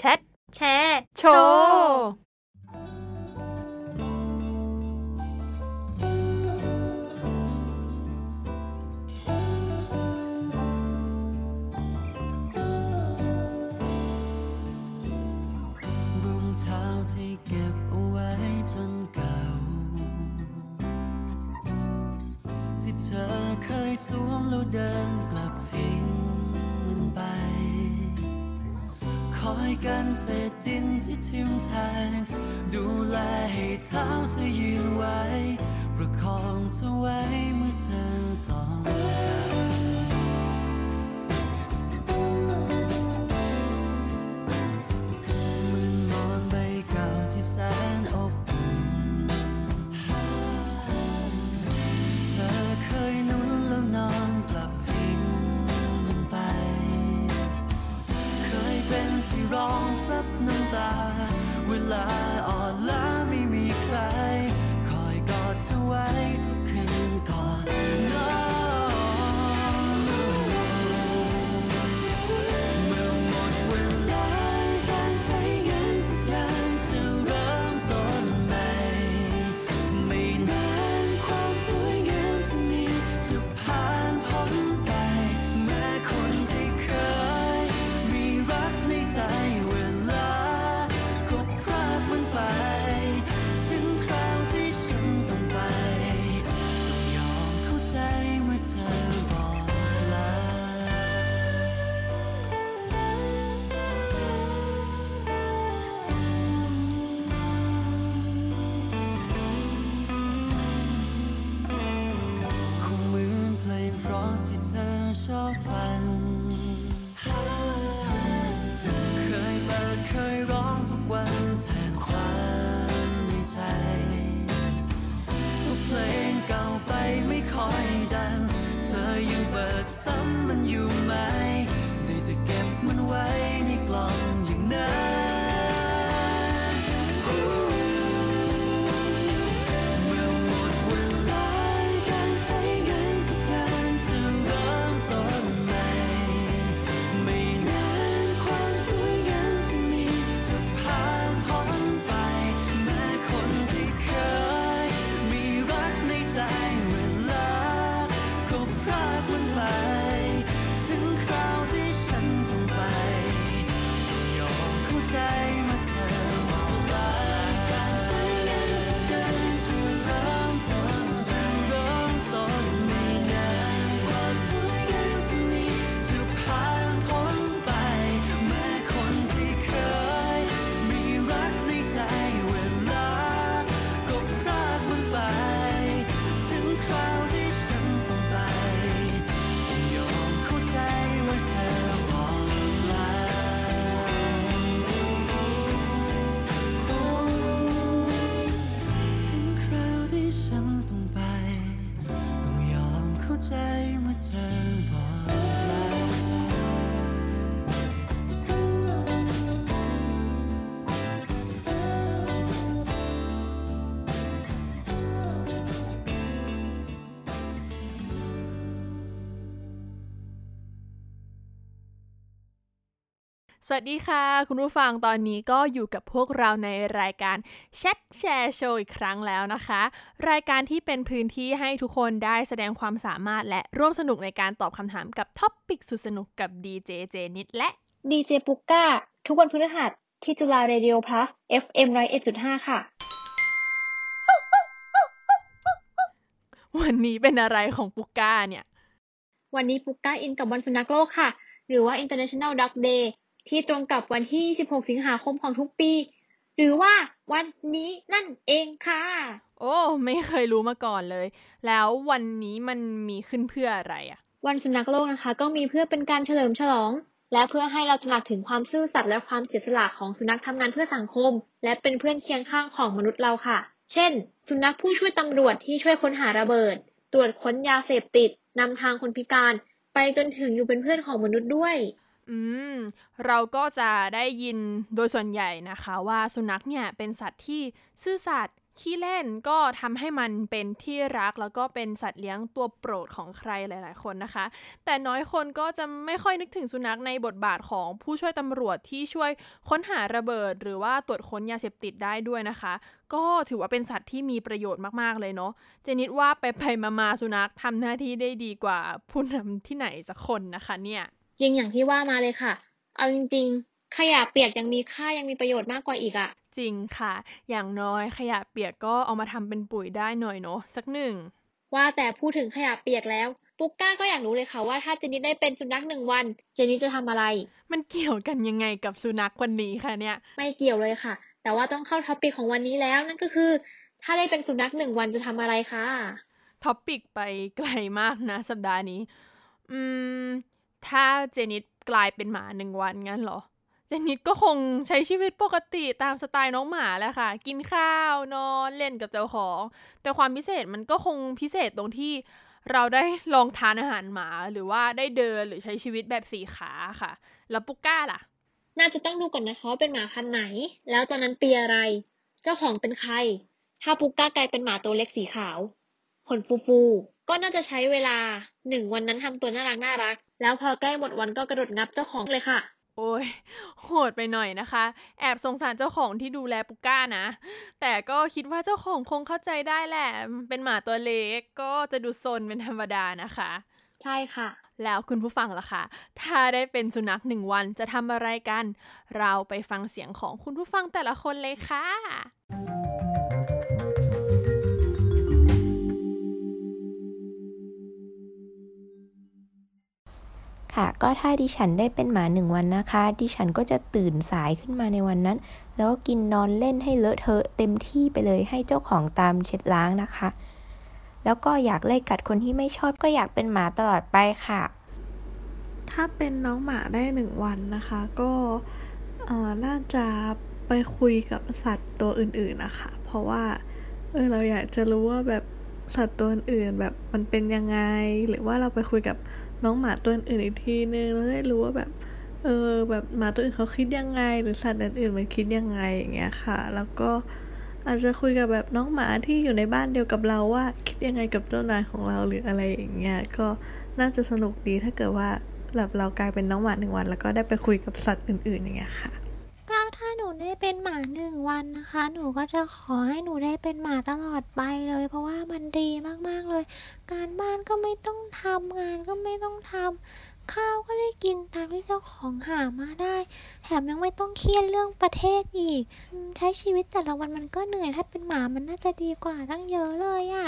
ทแชร์โชว์ที่เก็บเอาไว้จนเก่าที่เธอเคยสวมแล้วเดินกลับทิ้งมันไปคอยกันเศษดินที่ทิ่มแทงดูแลให้เท้าเธอยืนไว้ประคองเธอไว้เมื่อเธอต้องการแสนอบอุ่นที่เธอเคยหนุนแล้วนอนกลับทิ้งมันไปเคยเป็นที่ร้องซับน้ำตาเวลาอ่อนล้าไม่มีใครคอยกอดเธอไว้ทุกคืนก่อนนอนเมื่อหมดเวลาการใช้เงินทุกอย่างจะเริ่มต้นใหม่ไม่นานความสวยงามที่มีจะผ่านพ้นไปแม้คนที่เคยมีรักในใจเวลาก็พรากมันไปถึงคราวที่ฉันต้องไปต้องยอมเข้าใจเมื่อเธอบอกลาคงเหมือนเพลงเพราะที่เธอชอบฟังเคยเปิดเคยร้องทุกวันแทนความในใจก็เพลงเก่าไปไม่ค่อยดังเธอยังเปิดซ้ำมันอยู่ไหมได้แต่เก็บมันไว้ในกล่องอย่างนั้นเมื่อหมดเวลาการใช้เงินทุกอย่างจะเริ่มต้นใหม่ไม่นานความสวยงามที่มีจะผ่านพ้นไปแม้คนที่เคยมีรักในใจเวลาก็พรากมันไปถึงคราวที่ฉันต้องไปต้องยอมเข้าใจเมื่อเธอบอกลาการใช้เงินทุกอย่างจะเริ่มต้นไม่นานความสวยงามที่มีจะผ่านพ้นไปแม้คนที่เคยมีรักในใจเวลาก็พรากมันไปถึงคราวที่ฉันต้องไปต้องยอมเข้าใจเมื่อเธอบอกลาถึงคราวที่ฉันต้องไปต้องยอมเข้าใจเมื่อเธอบอกลาสวัสดีค่ะคุณผู้ฟังตอนนี้ก็อยู่กับพวกเราในรายการแชทแชร์โชว์อีกครั้งแล้วนะคะรายการที่เป็นพื้นที่ให้ทุกคนได้แสดงความสามารถและร่วมสนุกในการตอบคำถามกับท็อปปิกสุดสนุกกับดีเจเจนิดและดีเจปุกก้าทุกวันพฤหัสที่จุฬาเรดิโอพลัส FM 101.5 ค่ะวันนี้เป็นอะไรของปุกก้าเนี่ยวันนี้ปุกก้าอินกับวันสุนัขโลกค่ะหรือว่า International Dog Day ที่ตรงกับวันที่26สิงหาคมของทุกปีหรือว่าวันนี้นั่นเองค่ะโอ้ไม่เคยรู้มาก่อนเลยแล้ววันนี้มันมีขึ้นเพื่ออะไรอ่ะวันสุนัขโลกนะคะก็มีเพื่อเป็นการเฉลิมฉลองและเพื่อให้เราตระหนักถึงความซื่อสัตย์และความเสียสละของสุนัขทำงานเพื่อสังคมและเป็นเพื่อนเคียงข้างของมนุษย์เราค่ะเช่นสุนัขผู้ช่วยตำรวจที่ช่วยค้นหาระเบิดตรวจค้นยาเสพติดนำทางคนพิการไปจนถึงอยู่เป็นเพื่อนของมนุษย์ด้วยเราก็จะได้ยินโดยส่วนใหญ่นะคะว่าสุนัขเนี่ยเป็นสัตว์ที่ซื่อสัตย์ขี้เล่นก็ทำให้มันเป็นที่รักแล้วก็เป็นสัตว์เลี้ยงตัวโปรดของใครหลายๆคนนะคะแต่น้อยคนก็จะไม่ค่อยนึกถึงสุนัขในบทบาทของผู้ช่วยตำรวจที่ช่วยค้นหาระเบิดหรือว่าตรวจค้นยาเสพติดได้ด้วยนะคะก็ถือว่าเป็นสัตว์ที่มีประโยชน์มากๆเลยเนาะเจนิดว่าไปมาสุนัขทำหน้าที่ได้ดีกว่าผู้นำที่ไหนสักคนนะคะเนี่ยจริงอย่างที่ว่ามาเลยค่ะเอาจริงๆขยะเปียกยังมีค่ายังมีประโยชน์มากกว่าอีกอะจริงค่ะอย่างน้อยขยะเปียกก็เอามาทำเป็นปุ๋ยได้หน่อยเนาะสักหนึ่งว่าแต่พูดถึงขยะเปียกแล้วปุ๊กก้าก็อยากรู้เลยค่ะว่าถ้าเจนนี่ได้เป็นสุนัข1 วันเจนนี่จะทำอะไรมันเกี่ยวกันยังไงกับสุนัขวันนี้คะเนี่ยไม่เกี่ยวเลยค่ะแต่ว่าต้องเข้าท็อปิกของวันนี้แล้วนั่นก็คือถ้าได้เป็นสุนัข1 วันจะทำอะไรคะท็อปิกไปไกลมากนะสัปดาห์นี้ถ้าเจนิดกลายเป็นหมา1 วันงั้นเหรอเจนิดก็คงใช้ชีวิตปกติตามสไตล์น้องหมาแหละค่ะกินข้าวนอนเล่นกับเจ้าของแต่ความพิเศษมันก็คงพิเศษตรงที่เราได้ลองทานอาหารหมาหรือว่าได้เดินหรือใช้ชีวิตแบบ4 ขาค่ะแล้วปุ๊กก้าล่ะน่าจะต้องดูก่อนนะคะว่าเป็นหมาพันธุ์ไหนแล้วตอนนั้นปีอะไรเจ้าของเป็นใครถ้าปุ๊กก้ากลายเป็นหมาตัวเล็กสีขาวขนฟูๆก็น่าจะใช้เวลา1 วันนั้นทำตัวน่ารักแล้วพอใกล้หมดวันก็กระโดดงับเจ้าของเลยค่ะโอ้ยโหดไปหน่อยนะคะแอบสงสารเจ้าของที่ดูแลปุก้านะแต่ก็คิดว่าเจ้าของคงเข้าใจได้แหละเป็นหมาตัวเล็กก็จะดูซนเป็นธรรมดานะคะใช่ค่ะแล้วคุณผู้ฟังล่ะคะถ้าได้เป็นสุนัข1 วันจะทำอะไรกันเราไปฟังเสียงของคุณผู้ฟังแต่ละคนเลยค่ะค่ะก็ถ้าดิฉันได้เป็นหมา1 วันนะคะดิฉันก็จะตื่นสายขึ้นมาในวันนั้นแล้วก็กินนอนเล่นให้เลอะเทอะเต็มที่ไปเลยให้เจ้าของตามเช็ดล้างนะคะแล้วก็อยากไล่กัดคนที่ไม่ชอบก็อยากเป็นหมาตลอดไปค่ะถ้าเป็นน้องหมาได้1 วันนะคะก็น่าจะไปคุยกับสัตว์ตัวอื่นๆนะคะเพราะว่าเราอยากจะรู้ว่าแบบสัตว์ตัวอื่นแบบมันเป็นยังไงหรือว่าเราไปคุยกับน้องหมาตัวอื่นอีกทีนึงแล้วได้รู้ว่าแบบแบบหมาตัวอื่นเขาคิดยังไงหรือสัตว์อื่นๆมันคิดยังไงอย่างเงี้ยค่ะแล้วก็อาจจะคุยกับแบบน้องหมาที่อยู่ในบ้านเดียวกับเราว่าคิดยังไงกับเจ้านายของเราหรืออะไรอย่างเงี้ยก็น่าจะสนุกดีถ้าเกิดว่าแบบเรากลายเป็นน้องหมา1 วันแล้วก็ได้ไปคุยกับสัตว์อื่นๆอย่างเงี้ยค่ะก็ถ้าหนูได้เป็นหมา1 วันนะคะหนูก็จะขอให้หนูได้เป็นหมาตลอดไปเลยเพราะว่ามันดีมากๆเลยการบ้านก็ไม่ต้องทำงานก็ไม่ต้องทำข้าวก็ได้กินตามที่เจ้าของหามาได้แถมยังไม่ต้องเครียดเรื่องประเทศอีกใช้ชีวิตแต่ละวันมันก็เหนื่อยถ้าเป็นหมามันน่าจะดีกว่าตั้งเยอะเลยอ่ะ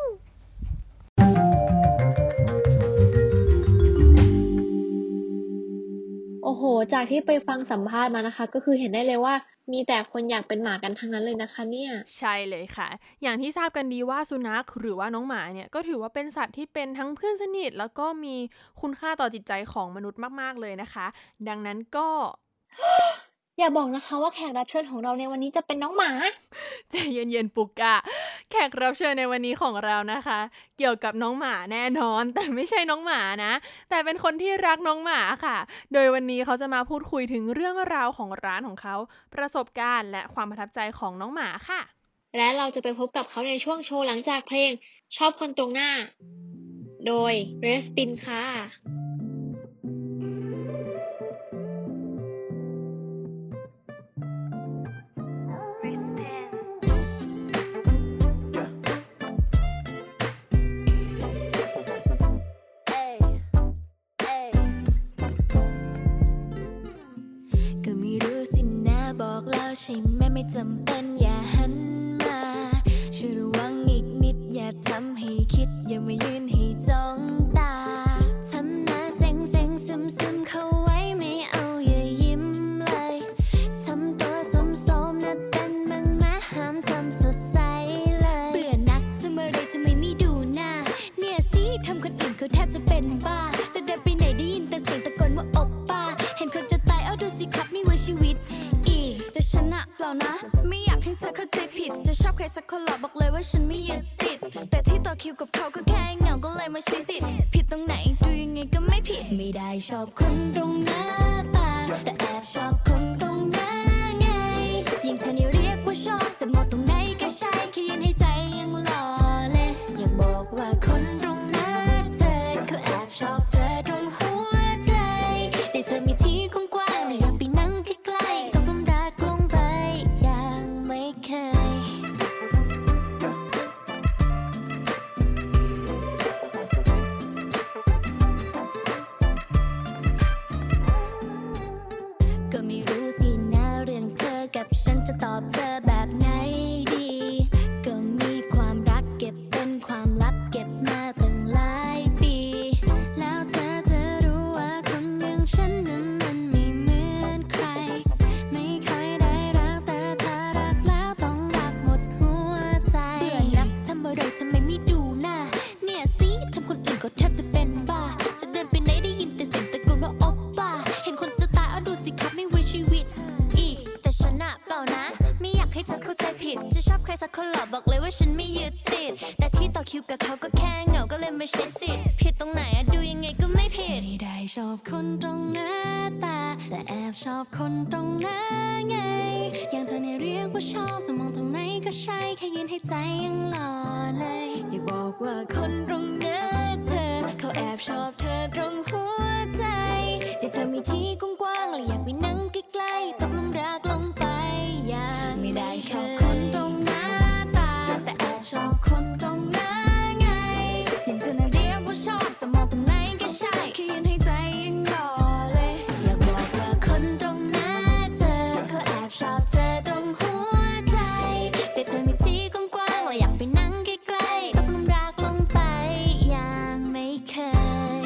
โอ้โหจากที่ไปฟังสัมภาษณ์มานะคะก็คือเห็นได้เลยว่ามีแต่คนอยากเป็นหมากันทั้งนั้นเลยนะคะเนี่ยใช่เลยค่ะอย่างที่ทราบกันดีว่าสุนัขหรือว่าน้องหมาเนี่ยก็ถือว่าเป็นสัตว์ที่เป็นทั้งเพื่อนสนิทแล้วก็มีคุณค่าต่อจิตใจของมนุษย์มากๆเลยนะคะดังนั้นก็อย่าบอกนะคะว่าแขกรับเชิญของเราในวันนี้จะเป็นน้องหมาใจเย็นๆปุกกะแขกรับเชิญในวันนี้ของเรานะคะเกี่ยวกับน้องหมาแน่นอนแต่ไม่ใช่น้องหมานะแต่เป็นคนที่รักน้องหมาค่ะโดยวันนี้เขาจะมาพูดคุยถึงเรื่องราวของร้านของเขาประสบการณ์และความประทับใจของน้องหมาค่ะและเราจะไปพบกับเขาในช่วงโชว์หลังจากเพลงชอบคนตรงหน้าโดยเรสปินค่ะใช่ไหมไม่จำเป็นอย่าหันมาช่วยระวังอีกนิดอย่าทำให้คิดอย่ามายืนให้จ้องตาทำหน้าเซ็งซึมเข้าไว้ไม่เอาอย่ายิ้มเลยทำตัวสมๆนะเป็นบ้างไหมห้ามทำสดใสเลยเบื่อนักทำอะไรทำไมไม่ดูหน้าเนี่ยสิทำคนอื่นเขาแทบจะเป็นบ้าจะเดินไปไหนได้ยินแต่เสียงตะโกนว่าอบป้าเห็นคนจะตายเอาดูสิครับนี่ว่าชีวิตแต่ฉันอะเปล่านะไม่อยากให้เธอเข้าใจผิดจะชอบใครสักคนหรอกบอกเลยว่าฉันไม่ยึดติดแต่ที่ต่อคิวกับเขาก็แค่เหงาก็เลยมาใช้สิทธิ์ผิดตรงไหนดูยังไงก็ไม่ผิดไม่ได้ชอบคนตรงหน้าตาแต่แอบชอบคนตรงหน้าไงยิ่งเธอนี่เรียกว่าชอบจะหมดตรงไหนก็ใช่แค่ยืนให้ใจยังหล่อเลยอยากบอกว่าคนตรงหน้าเธอเขาแอบชอบเธอตรงหัวใจแต่เธอมีที่กว้างๆเลยอยากไปนั่งใกล้ๆตกหลุมรักลงไปยังไม่เคยก็ไม่รู้สินะเรื่องเธอกับฉันจะตอบเธอแบบไหนดีก็มีความรักเก็บเป็นความลับเก็บมาตั้งหลายปีแล้วเธอจะรู้ว่าคนอย่างฉันนั้นมันไม่เหมือนใครไม่ค่อยได้รักแต่ถ้ารักแล้วต้องรักหมดหัวใจเบื่อนักทำอะไรทำไมไม่ดูหน้าเนี่ยสิทำคนอื่นก็แทบจะเป็นบ้าจะเดินไปไหนได้ยินแต่เสียงตะโกนว่าโอปป้าเห็นคนจะตายเอาดูสิครับไม่ไว้ชีวิตอีกแต่ฉันอะเปล่านะไม่อยากให้เธอเข้าใจผิดจะชอบใครสักคนหรอบอกเลยว่าฉันไม่ยึดติดแต่ที่ต่อคิวกับเขาก็แค่เหงาก็เลยไม่ใช่สิทธิ์ผิดตรงไหนอะดูยังไงก็ไม่ผิดไม่ได้ชอบคนตรงหน้าตาแต่แอบชอบคนตรงหน้าไงอย่างเธอเนี่ยเรียกว่าชอบจะมองตรงไหนก็ใช่แค่ยืนให้ใจยังหล่อเลยอยากบอกว่าคนตรงหน้าเธอเขาแอบชอบเธอตรงหัวใจที่เธอมีที่กว้างๆและอยากไปนั่งใกล้ๆตกหลุมรักลงไปอย่างไม่ได้ชอบคนตรงหน้าตาแต่แอบชอบคนตรงหน้าไงอย่างเธอน่ะเรียกว่าชอบจะมองตรงไหนก็ใช่แค่ยืนให้ใจยังหล่อเลยอยากบอกว่าคนตรงหน้าเธอเขาแอบชอบเธอตรงหัวใจที่เธอมีที่กว้างๆและอยากไปนั่งใกล้ๆตกหลุมรักลงไปอย่างไม่เคย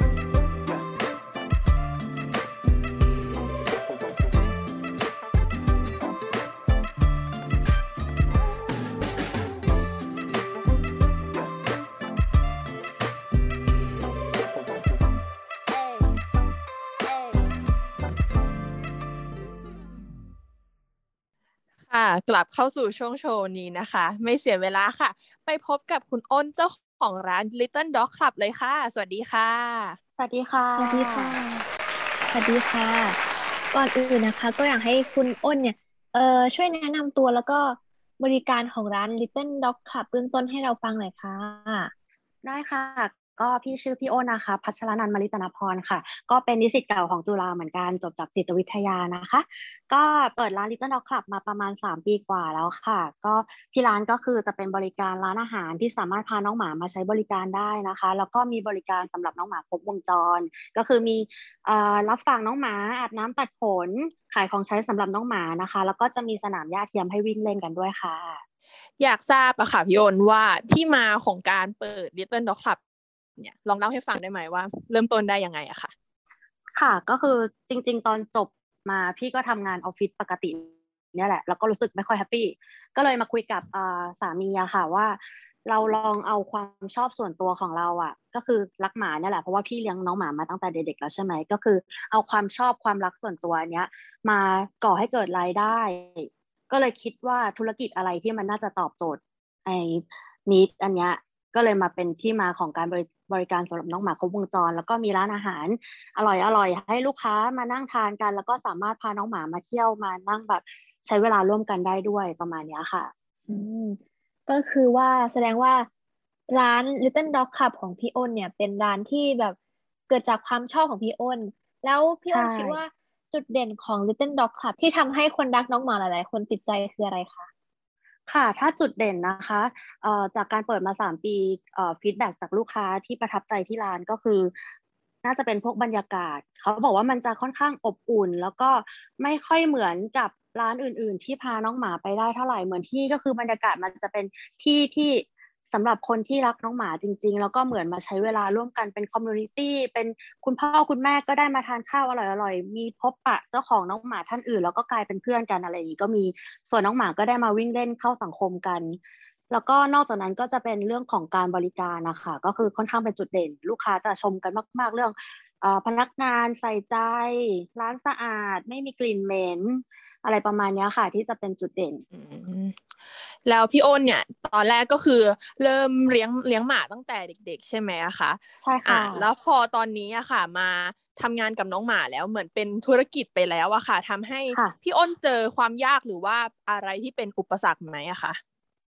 ค่ะกลับเข้าสู่ช่วงโชว์นี้นะคะไม่เสียเวลาค่ะไปพบกับคุณอ้นเจ้าของร้าน Little Dog Club เลยค่ะสวัสดีค่ะสวัสดีค่ะสวัสดีค่ะสวัสดีค่ะ ก่อนอื่นนะคะ ก็อยากให้คุณอ้นเนี่ยช่วยแนะนำตัวแล้วก็บริการของร้าน Little Dog Club เบื้องต้นให้เราฟังหน่อยค่ะได้ค่ะก็พี่ชื่อพี่โอ้นนะคะพัชรนันท์มลิตนพรค่ะก็เป็นนิสิตเก่าของจุฬาเหมือนกันจบจากจิตวิทยานะคะก็เปิดร้าน Little Dog Club มาประมาณ3 ปีกว่าแล้วค่ะก็ที่ร้านก็คือจะเป็นบริการร้านอาหารที่สามารถพาน้องหมามาใช้บริการได้นะคะแล้วก็มีบริการสำหรับน้องหมาครบวงจรก็คือมีรับฝากน้องหมาอาบน้ำตัดขนขายของใช้สำหรับน้องหมานะคะแล้วก็จะมีสนามหญ้าเทียมให้วิ่งเล่นกันด้วยค่ะอยากทราบอะค่ะพี่อ้นว่าที่มาของการเปิด Little Dog Club เนี่ยลองเล่าให้ฟังได้ไหมว่าเริ่มต้นได้ยังไงอะค่ะค่ะก็คือจริงๆตอนจบมาพี่ก็ทำงานออฟฟิศปกติเนี่ยแหละแล้วก็รู้สึกไม่ค่อยแฮปปี้ก็เลยมาคุยกับสามีอะค่ะว่าเราลองเอาความชอบส่วนตัวของเราอะก็คือรักหมาเนี่ยแหละเพราะว่าพี่เลี้ยงน้องหมามาตั้งแต่เด็กๆแล้วใช่ไหมก็คือเอาความชอบความรักส่วนตัวเนี้ยมาก่อให้เกิดรายได้ก็เลยคิดว่าธุรกิจอะไรที่มันน่าจะตอบโจทย์ไอ้นิดอันเนี้ยก็เลยมาเป็นที่มาของการบริการสำหรับน้องหมาครบวงจรแล้วก็มีร้านอาหารอร่อยให้ลูกค้ามานั่งทานกันแล้วก็สามารถพาน้องหมามาเที่ยวมานั่งแบบใช้เวลาร่วมกันได้ด้วยประมาณเนี้ยค่ะอืมก็คือว่าแสดงว่าร้าน Little Dog Club ของพี่อ้นเนี่ยเป็นร้านที่แบบเกิดจากความชอบของพี่อ้นแล้วพี่อ้ใช่นคิดว่าจุดเด่นของ Little Dog Club ที่ทำให้คนรักน้องหมาหลายๆคนติดใจคืออะไรคะค่ะถ้าจุดเด่นนะคะจากการเปิดมา3 ปีฟีดแบ็กจากลูกค้าที่ประทับใจที่ร้านก็คือน่าจะเป็นพวกบรรยากาศเขาบอกว่ามันจะค่อนข้างอบอุ่นแล้วก็ไม่ค่อยเหมือนกับร้านอื่นๆที่พาน้องหมาไปได้เท่าไหร่เหมือนที่ก็คือบรรยากาศมันจะเป็นที่ที่สำหรับคนที่รักน้องหมาจริงๆแล้วก็เหมือนมาใช้เวลาร่วมกันเป็นคอมมูนิตี้เป็นคุณพ่อคุณแม่ก็ได้มาทานข้าวอร่อยๆมีพบปะเจ้าของน้องหมาท่านอื่นแล้วก็กลายเป็นเพื่อนกันอะไรอย่างนี้ก็มีส่วนน้องหมาก็ได้มาวิ่งเล่นเข้าสังคมกันแล้วก็นอกจากนั้นก็จะเป็นเรื่องของการบริการนะคะก็คือค่อนข้างเป็นจุดเด่นลูกค้าจะชมกันมากๆเรื่องพนักงานใส่ใจร้านสะอาดไม่มีกลิ่นเหม็นอะไรประมาณนี้ค่ะที่จะเป็นจุดเด่นแล้วพี่อ้นเนี่ยตอนแรกก็คือเริ่มเลี้ยงหมาตั้งแต่เด็กๆใช่ไหมอะคะใช่ค่ะแล้วพอตอนนี้อะค่ะมาทำงานกับน้องหมาแล้วเหมือนเป็นธุรกิจไปแล้วอะค่ะทำให้พี่อ้นเจอความยากหรือว่าอะไรที่เป็นอุปสรรคไหมอะคะ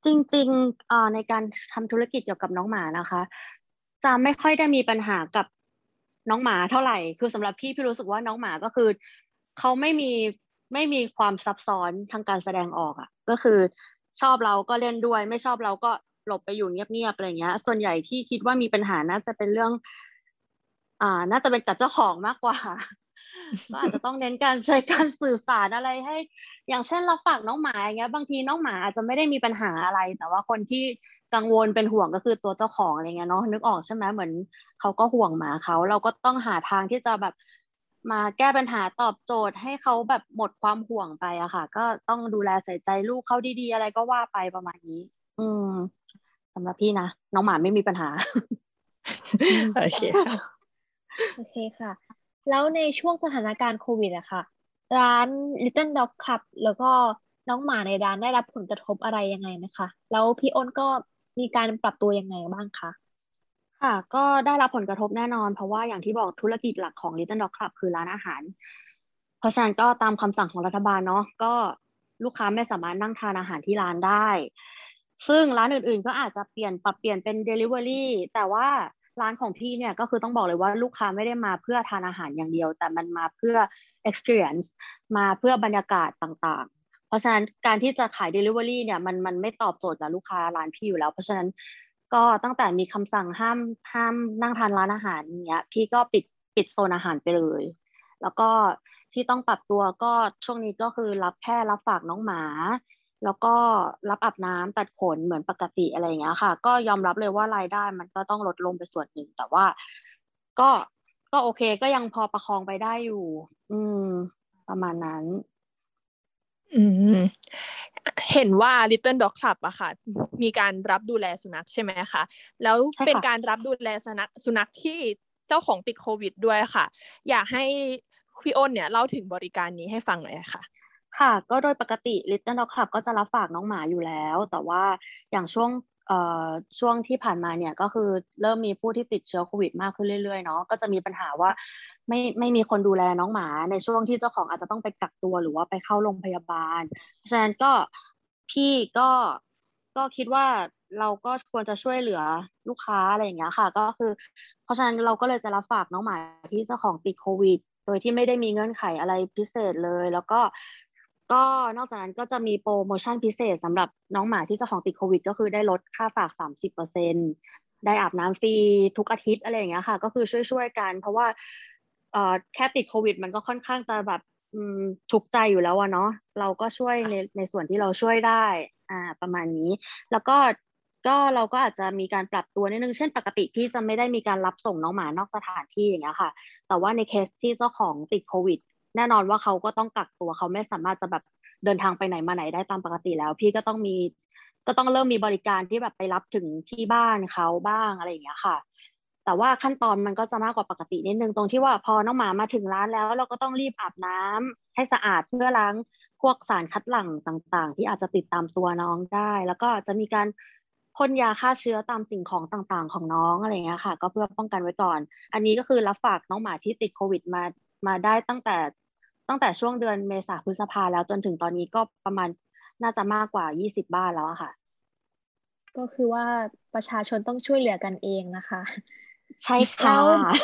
จริงๆในการทำธุรกิจเกี่ยวกับน้องหมานะคะจะไม่ค่อยได้มีปัญหากับน้องหมาเท่าไหร่คือสำหรับพี่รู้สึกว่าน้องหมาก็คือเขาไม่มีความซับซ้อนทางการแสดงออกอ่ะก็คือชอบเราก็เล่นด้วยไม่ชอบเราก็หลบไปอยู่เงียบๆอะไรเงี้ยส่วนใหญ่ที่คิดว่ามีปัญหาน่าจะเป็นเรื่องน่าจะเป็นกับเจ้าของมากกว่า ก็อาจจะต้องเน้นการใช้การสื่อสารอะไรให้อย่างเช่นเราฝากน้องหมาอย่างเงี้ยบางทีน้องหมาอาจจะไม่ได้มีปัญหาอะไรแต่ว่าคนที่กังวลเป็นห่วงก็คือตัวเจ้าของอะไรเงี้ยเนาะนึกออกใช่ไหมเหมือนเขาก็ห่วงหมาเขาเราก็ต้องหาทางที่จะแบบมาแก้ปัญหาตอบโจทย์ให้เขาแบบหมดความห่วงไปอะค่ะก็ต้องดูแลใส่ใจลูกเขาดีๆอะไรก็ว่าไปประมาณนี้อืมสำหรับพี่นะน้องหมาไม่มีปัญหาโอเคค่ะโอเคค่ะ แล้วในช่วงสถานการณ์โควิดอะค่ะ ร้าน Little Dog Club แล้วก็น้องหมาในร้านได้รับผลกระทบอะไรยังไงไหมคะ แล้วพี่อ้นก็มีการปรับตัวยังไงบ้างคะค่ะก็ได้รับผลกระทบแน่นอนเพราะว่าอย่างที่บอกธุรกิจหลักของ Little Dog Club คือร้านอาหารเพราะฉะนั้นก็ตามคำสั่งของรัฐบาลเนาะก็ลูกค้าไม่สามารถนั่งทานอาหารที่ร้านได้ซึ่งร้านอื่นๆก็อาจจะปรับเปลี่ยนเป็น Delivery แต่ว่าร้านของพี่เนี่ยก็คือต้องบอกเลยว่าลูกค้าไม่ได้มาเพื่อทานอาหารอย่างเดียวแต่มันมาเพื่อ experience มาเพื่อบรรยากาศต่างๆเพราะฉะนั้นการที่จะขาย Delivery เนี่ยมันไม่ตอบโจทย์กับลูกค้าร้านพี่อยู่แล้วเพราะฉะนั้น ก็ตั้งแต่มีคำสั่งห้ามนั่งทานร้านอาหารอย่างเงี้ยพี่ก็ปิดโซนอาหารไปเลยแล้วก็ที่ต้องปรับตัวก็ช่วงนี้ก็คือรับฝากน้องหมาแล้วก็รับอาบน้ำตัดขนเหมือนปกติอะไรอย่างเงี้ยค่ะก็ยอมรับเลยว่ารายได้มันก็ต้องลดลงไปส่วนหนึ่งแต่ว่าก็ก็โอเคก็ยังพอประคองไปได้อยู่อืมประมาณนั้นอืมเห็นว่า Little Dog Club อะค่ะมีการรับดูแลสุนัขใช่ไหมคะแล้วใช่ค่ะเป็นการรับดูแลสุนัขที่เจ้าของติดโควิดด้วยค่ะอยากให้พี่อ้นเนี่ยเล่าถึงบริการนี้ให้ฟังหน่อยค่ะค่ะก็โดยปกติ Little Dog Club ก็จะรับฝากน้องหมาอยู่แล้วแต่ว่าอย่างเอ่อช่วงที่ผ่านมาเนี่ยก็คือเริ่มมีผู้ที่ติดเชื้อโควิดมากขึ้นเรื่อยๆเนาะก็จะมีปัญหาว่าไม่มีคนดูแลน้องหมาในช่วงที่เจ้าของอาจจะต้องไปกักตัวหรือว่าไปเข้าโรงพยาบาลเพราะฉะนั้นก็พี่ก็คิดว่าเราก็ควรจะช่วยเหลือลูกค้าอะไรอย่างเงี้ยค่ะก็คือเพราะฉะนั้นเราก็เลยจะรับฝากน้องหมาที่เจ้าของติดโควิด โดยที่ไม่ได้มีเงื่อนไขอะไรพิเศษเลยแล้วก็นอกจากนั้นก็จะมีโปรโมชั่นพิเศษสำหรับน้องหมาที่เจ้าของติดโควิดก็คือได้ลดค่าฝาก30%ได้อาบน้ำฟรีทุกอาทิตย์อะไรอย่างเงี้ยค่ะก็คือช่วยกันเพราะว่าแค่ติดโควิดมันก็ค่อนข้างจะแบบทุกข์ใจอยู่แล้วอะเนาะเราก็ช่วยในส่วนที่เราช่วยได้ประมาณนี้แล้วก็เราก็อาจจะมีการปรับตัวนิดนึงเช่นปกติพี่จะไม่ได้มีการรับส่งน้องหมานอกสถานที่อย่างเงี้ยค่ะ แต่ว่าในเคสที่เจ้าของติดโควิดแน่นอนว่าเขาก็ต้องกักตัวเขาไม่สามารถจะแบบเดินทางไปไหนมาไหนได้ตามปกติแล้วพี่ก็ต้องเริ่มมีบริการที่แบบไปรับถึงที่บ้านเขาบ้างอะไรอย่างเงี้ยค่ะแต่ว่าขั้นตอนมันก็จะมากกว่าปกตินิดนึงตรงที่ว่าพอน้องหมามาถึงร้านแล้วเราก็ต้องรีบอาบน้ำให้สะอาดเพื่อล้างพวกสารคัดหลั่งต่างๆที่อาจจะติดตามตัวน้องได้แล้วก็จะมีการพ่นยาฆ่าเชื้อตามสิ่งของต่างๆของน้องอะไรอย่างเงี้ยค่ะก็เพื่อป้องกันไว้ก่อน อันนี้ก็คือรับฝากน้องหมาที่ติดโควิดมาได้ตั้งแต่ช่วงเดือนเมษาพฤษภาแล้วจนถึงตอนนี้ก็ประมาณน่าจะมากกว่า20บ้านแล้วอะค่ะก็คือว่าประชาชนต้องช่วยเหลือกันเองนะคะใช่แล้ค่ะว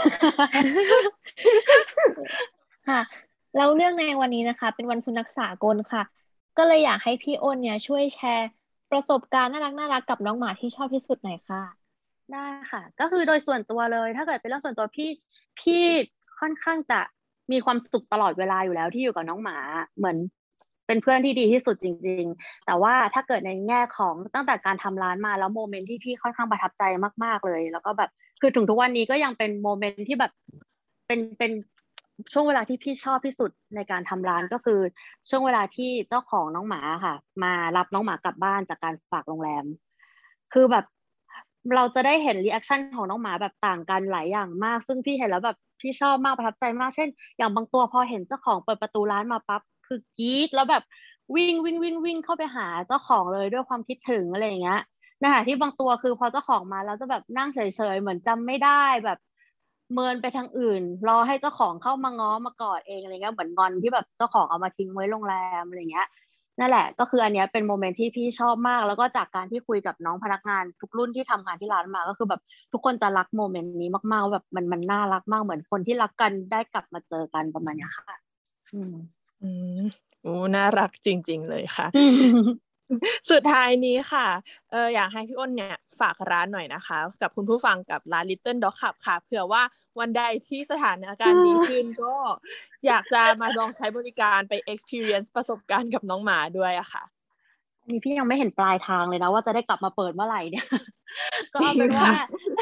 ค่ะแล้วเรื่องในวันนี้นะคะเป็นวันสุนัขสากลค่ะก็เลยอยากให้พี่อ้นเนี่ยช่วยแชร์ประสบการณ์น่ารักกับน้องหมาที่ชอบที่สุดหน่อยค่ะได้ค่ะก็คือโดยส่วนตัวเลยถ้าเกิดเป็นเรื่องส่วนตัวพี่ค่อนข้างจะมีความสุขตลอดเวลาอยู่แล้วที่อยู่กับน้องหมาเหมือนเป็นเพื่อนที่ดีที่สุดจริงๆแต่ว่าถ้าเกิดในแง่ของตั้งแต่การทำร้านมาแล้วโมเมนต์ที่พี่ค่อนข้างประทับใจมากๆเลยแล้วก็แบบคือถึงทุกวันนี้ก็ยังเป็นโมเมนต์ที่แบบเป็นช่วงเวลาที่พี่ชอบที่สุดในการทำร้านก็คือช่วงเวลาที่เจ้าของน้องหมาค่ะมารับน้องหมากลับบ้านจากการฝากโรงแรม คือแบบเราจะได้เห็นรีแอคชั่นของน้องหมาแบบต่างกันหลายอย่างมากซึ่งพี่เห็นแล้วแบบพี่ชอบมากประทับใจมากเช่นอย่างบางตัวพอเห็นเจ้าของเปิดประตูร้านมาปั๊บคือกรี๊ดแล้วแบบวิ่งเข้าไปหาเจ้าของเลยด้วยความคิดถึงอะไรอย่างเงี้ยนะคะที่บางตัวคือพอเจ้าของมาแล้วจะแบบนั่งเฉยๆเหมือนจำไม่ได้แบบเมินไปทางอื่นรอให้เจ้าของเข้ามาง้อมากอดเองอะไรเงี้ยเหมือนงอนที่แบบเจ้าของเอามาทิ้งไว้โรงแรมอะไรเงี้ยนั่นแหละก็คืออันเนี้ยเป็นโมเมนต์ที่พี่ชอบมากแล้วก็จากการที่คุยกับน้องพนักงานทุกรุ่นที่ทำงานที่ร้านมาก็คือแบบทุกคนจะรักโมเมนต์นี้มากๆว่าแบบมันน่ารักมากเหมือนคนที่รักกันได้กลับมาเจอกันประมาณเนี้ยค่ะอืมอืมน่ารักจริงๆเลยค่ะ สุดท้ายนี้ค่ะอยากให้พี่อ้นเนี่ยฝากร้านหน่อยนะคะกับคุณผู้ฟังกับร้าน Little Dog Club ค่ะเผื่อว่าวันใดที่สถานการณ์ดีขึ้นก็อยากจะมาลองใช้บริการไป experience ประสบการณ์กับน้องหมาด้วยอะค่ะอันนี้พี่ยังไม่เห็นปลายทางเลยนะว่าจะได้กลับมาเปิดเมื่อไหร่เนี่ย ก็เอาจริเป็งนว่าค่ะ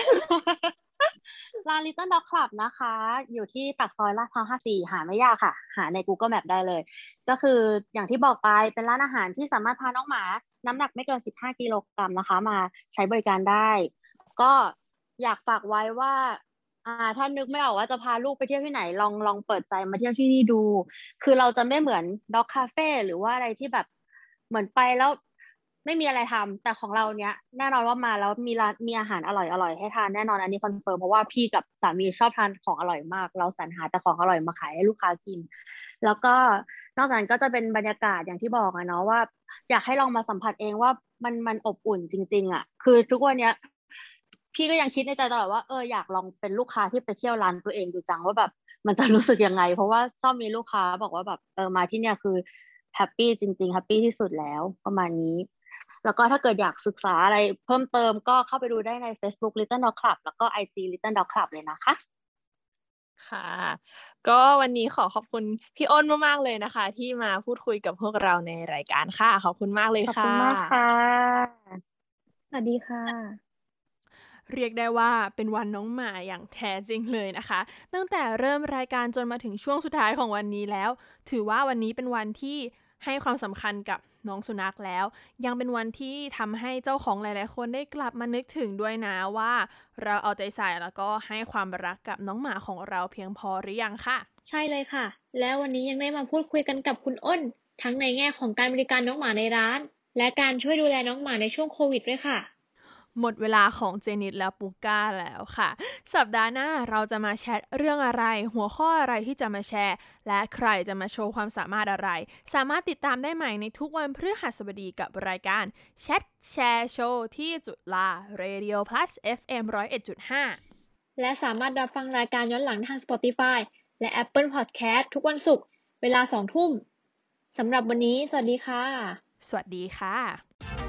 ร้าน Little Dog Club นะคะ อยู่ที่ปากซอยลาดพร้าว54หาไม่ยากค่ะ หาใน Google Map ได้เลย ก็คืออย่างที่บอกไปเป็นร้านอาหารที่สามารถพาน้องหมา น้ำหนักไม่เกิน15กิโลกรัมนะคะ มาใช้บริการได้ ก็อยากฝากไว้ว่าถ้านึกไม่ออกว่าจะพาลูกไปเที่ยวที่ไหนลองเปิดใจมาเที่ยวที่นี่ดู คือเราจะไม่เหมือน Dog Cafe หรือว่าอะไรที่แบบเหมือนไปแล้วไม่มีอะไรทำแต่ของเราเนี้ยแน่นอนว่ามาแล้วมีร้านมีอาหารอร่อยให้ทานแน่นอนอันนี้คอนเฟิร์มเพราะว่าพี่กับสามีชอบทานของอร่อยมากเราสรรหาแต่ของอร่อยมาขายให้ลูกค้ากินแล้วก็นอกจากนั้นก็จะเป็นบรรยากาศอย่างที่บอกอะเนาะว่าอยากให้ลองมาสัมผัสเองว่ามันอบอุ่นจริงๆอะคือทุกวันเนี้ยพี่ก็ยังคิดในใจตลอดว่าอยากลองเป็นลูกค้าที่ไปเที่ยวร้านตัวเองดูจังว่าแบบมันจะรู้สึกยังไงเพราะว่าชอบมีลูกค้าบอกว่าแบบมาที่เนี่ยคือแฮปปี้จริงๆแฮปปี้ที่สุดแล้วประมาณนี้ แล้วก็ถ้าเกิดอยากศึกษาอะไรเพิ่มเติมก็เข้าไปดูได้ใน Facebook Little Dog Club แล้วก็ IG Little Dog Club เลยนะคะค่ะก็วันนี้ขอบคุณพี่อ้นมากๆเลยนะคะที่มาพูดคุยกับพวกเราในรายการค่ะขอบคุณมากเลยขอบคุค่ะณมากค่ะสวัสดีค่ะเรียกได้ว่าเป็นวันน้องหมาอย่างแท้จริงเลยนะคะตั้งแต่เริ่มรายการจนมาถึงช่วงสุดท้ายของวันนี้แล้วถือว่าวันนี้เป็นวันที่ให้ความสำคัญกับน้องสุนัขแล้วยังเป็นวันที่ทำให้เจ้าของหลายๆคนได้กลับมานึกถึงด้วยนะว่าเราเอาใจใส่แล้วก็ให้ความรักกับน้องหมาของเราเพียงพอหรือยังค่ะใช่เลยค่ะ แล้ววันนี้ยังได้มาพูดคุยกันกับคุณอ้น ทั้งในแง่ของการบริการน้องหมาในร้าน และการช่วยดูแลน้องหมาในช่วงโควิดด้วยค่ะหมดเวลาของเจนิตและปูก้าแล้วค่ะสัปดาห์หน้าเราจะมาแชทเรื่องอะไรหัวข้ออะไรที่จะมาแชร์และใครจะมาโชว์ความสามารถอะไรสามารถติดตามได้ใหม่ในทุกวันพฤหัสบดีกับรายการแชทแชร์โชว์ที่จุฬา Radio Plus FM 101.5 และสามารถรับฟังรายการย้อนหลังทาง Spotify และ Apple Podcast ทุกวันศุกร์เวลา 20:00 น.สำหรับวันนี้สวัสดีค่ะสวัสดีค่ะ